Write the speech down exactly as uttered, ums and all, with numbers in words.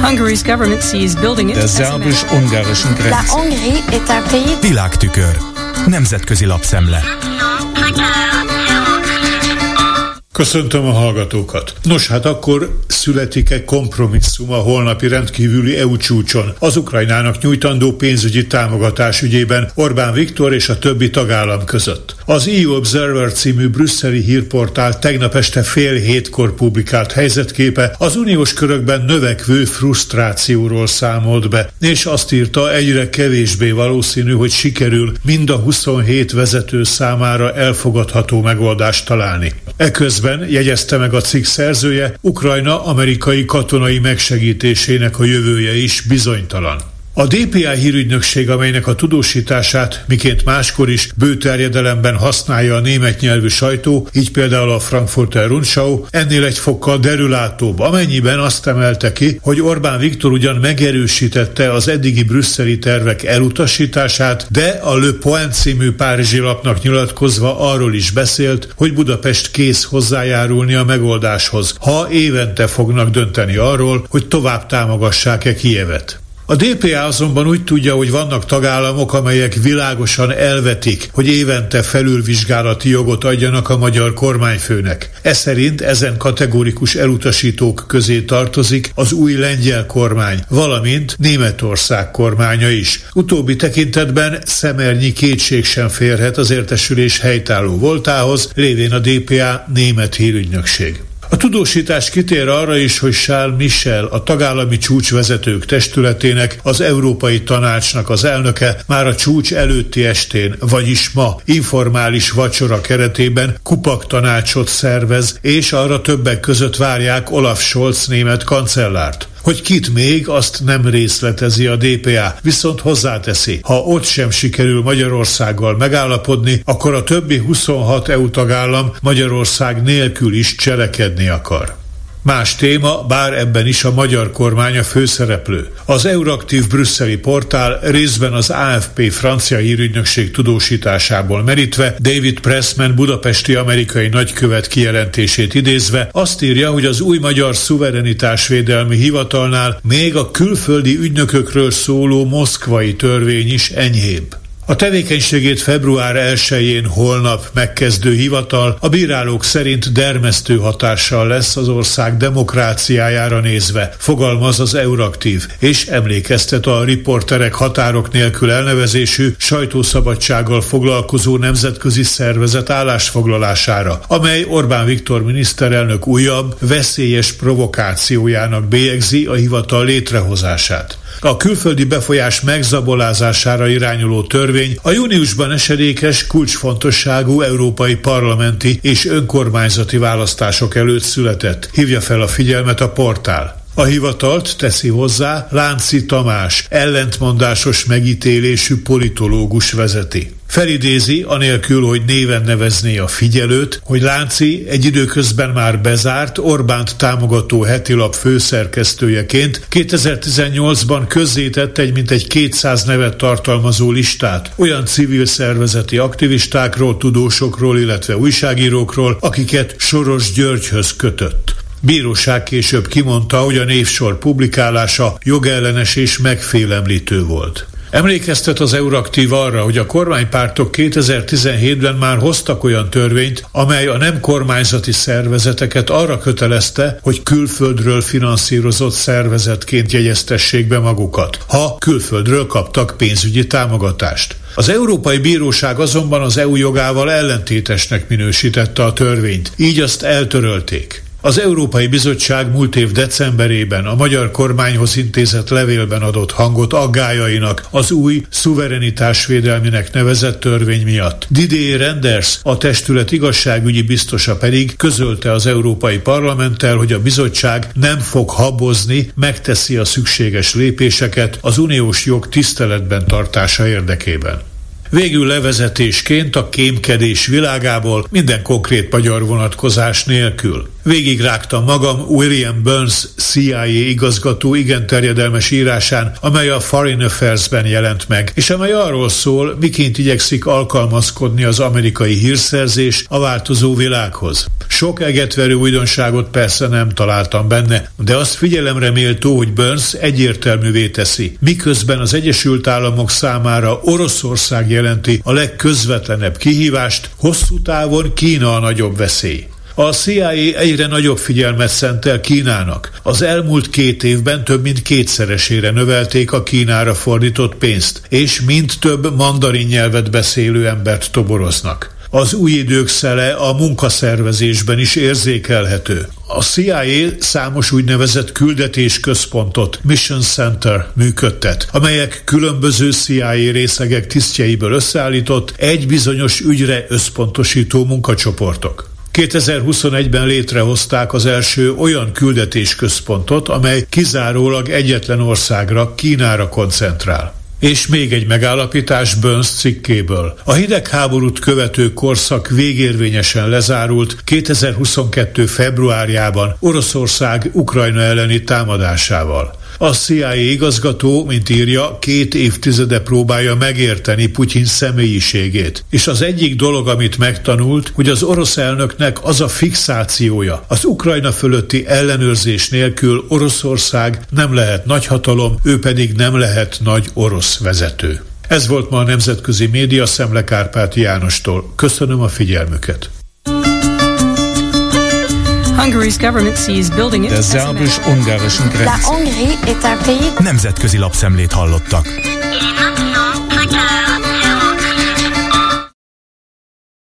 der szerbus-ungarischen Grenze. Világtükör. Nemzetközi lapszemle. Köszöntöm a hallgatókat. Nos, hát akkor születik-e kompromisszum a holnapi rendkívüli é u csúcson az Ukrajnának nyújtandó pénzügyi támogatás ügyében Orbán Viktor és a többi tagállam között? Az é u Observer című brüsszeli hírportál tegnap este fél hétkor publikált helyzetképe az uniós körökben növekvő frusztrációról számolt be, és azt írta, egyre kevésbé valószínű, hogy sikerül mind a huszonhét vezető számára elfogadható megoldást találni. Eközben jegyezte meg a cikk szerzője, Ukrajna amerikai katonai megsegítésének a jövője is bizonytalan. A dé pé á hírügynökség, amelynek a tudósítását miként máskor is bőterjedelemben használja a német nyelvű sajtó, így például a Frankfurter Rundschau, ennél egy fokkal derülátóbb, amennyiben azt emelte ki, hogy Orbán Viktor ugyan megerősítette az eddigi brüsszeli tervek elutasítását, de a Le Point című párizsi lapnak nyilatkozva arról is beszélt, hogy Budapest kész hozzájárulni a megoldáshoz, ha évente fognak dönteni arról, hogy tovább támogassák-e Kijevet. A dé pé á azonban úgy tudja, hogy vannak tagállamok, amelyek világosan elvetik, hogy évente felülvizsgálati jogot adjanak a magyar kormányfőnek. Ez szerint ezen kategórikus elutasítók közé tartozik az új lengyel kormány, valamint Németország kormánya is. Utóbbi tekintetben szemernyi kétség sem férhet az értesülés helytálló voltához, lévén a dé pé á német hírügynökség. A tudósítás kitér arra is, hogy Charles Michel, a tagállami csúcsvezetők testületének, az Európai Tanácsnak az elnöke már a csúcs előtti estén, vagyis ma informális vacsora keretében kupaktanácsot szervez, és arra többek között várják Olaf Scholz német kancellárt. Hogy kit még, azt nem részletezi a dé pé á, viszont hozzáteszi, ha ott sem sikerül Magyarországgal megállapodni, akkor a többi huszonhat é u tagállam Magyarország nélkül is cselekedni akar. Más téma, bár ebben is a magyar kormány a főszereplő. Az Euraktív brüsszeli portál részben az á ef pé francia hírügynökség tudósításából merítve, David Pressman budapesti amerikai nagykövet kijelentését idézve azt írja, hogy az új magyar szuverenitásvédelmi hivatalnál még a külföldi ügynökökről szóló moszkvai törvény is enyhébb. A tevékenységét február elsején holnap megkezdő hivatal a bírálók szerint dermesztő hatással lesz az ország demokráciájára nézve, fogalmaz az Euraktív, és emlékeztet a Riporterek határok nélkül elnevezésű sajtószabadsággal foglalkozó nemzetközi szervezet állásfoglalására, amely Orbán Viktor miniszterelnök újabb, veszélyes provokációjának bélyegzi a hivatal létrehozását. A külföldi befolyás megzabolázására irányuló törvény a júniusban esedékes kulcsfontosságú európai parlamenti és önkormányzati választások előtt született, hívja fel a figyelmet a portál. A hivatalt, teszi hozzá, Lánci Tamás, ellentmondásos megítélésű politológus vezeti. Felidézi, anélkül, hogy néven nevezné a figyelőt, hogy Lánci egy időközben már bezárt, Orbánt támogató hetilap főszerkesztőjeként kétezer-tizennyolcban közzétett egy mintegy kétszáz nevet tartalmazó listát olyan civil szervezeti aktivistákról, tudósokról, illetve újságírókról, akiket Soros Györgyhöz kötött. Bíróság később kimondta, hogy a névsor publikálása jogellenes és megfélemlítő volt. Emlékeztet az Euraktív arra, hogy a kormánypártok kétezer-tizenhétben már hoztak olyan törvényt, amely a nem kormányzati szervezeteket arra kötelezte, hogy külföldről finanszírozott szervezetként jegyeztessék be magukat, ha külföldről kaptak pénzügyi támogatást. Az Európai Bíróság azonban az é u jogával ellentétesnek minősítette a törvényt, így azt eltörölték. Az Európai Bizottság múlt év decemberében a magyar kormányhoz intézett levélben adott hangot aggályainak az új szuverenitásvédelminek nevezett törvény miatt. Didier Reynders, a testület igazságügyi biztosa pedig közölte az Európai Parlamenttel, hogy a bizottság nem fog habozni, megteszi a szükséges lépéseket az uniós jog tiszteletben tartása érdekében. Végül levezetésként a kémkedés világából minden konkrét magyar vonatkozás nélkül. Végigrágtam magam William Burns C I A igazgató igen terjedelmes írásán, amely a Foreign Affairs-ben jelent meg, és amely arról szól, miként igyekszik alkalmazkodni az amerikai hírszerzés a változó világhoz. Sok egetverő újdonságot persze nem találtam benne, de azt figyelemre méltó, hogy Burns egyértelművé teszi, miközben az Egyesült Államok számára Oroszország jelenti a legközvetlenebb kihívást, hosszú távon Kína a nagyobb veszély. A C I A egyre nagyobb figyelmet szentel Kínának. Az elmúlt két évben több mint kétszeresére növelték a Kínára fordított pénzt, és mind több mandarin nyelvet beszélő embert toboroznak. Az új idők szele a munkaszervezésben is érzékelhető. A C I A számos úgynevezett küldetésközpontot, Mission Center működtet, amelyek különböző C I A részlegek tisztjeiből összeállított, egy bizonyos ügyre összpontosító munkacsoportok. kétezer-huszonegyben létrehozták az első olyan küldetésközpontot, amely kizárólag egyetlen országra, Kínára koncentrál. És még egy megállapítás Burns cikkéből. A hidegháborút követő korszak végérvényesen lezárult kétezer-huszonkettő februárjában Oroszország Ukrajna elleni támadásával. A C I A igazgató, mint írja, két évtizede próbálja megérteni Putyin személyiségét. És az egyik dolog, amit megtanult, hogy az orosz elnöknek az a fixációja, az Ukrajna fölötti ellenőrzés nélkül Oroszország nem lehet nagyhatalom, ő pedig nem lehet nagy orosz vezető. Ez volt ma a Nemzetközi Média Szemle Kárpáti Jánostól. Köszönöm a figyelmüket. Der szerbus-ungarischen Grenze. Nemzetközi lapszemlét hallottak.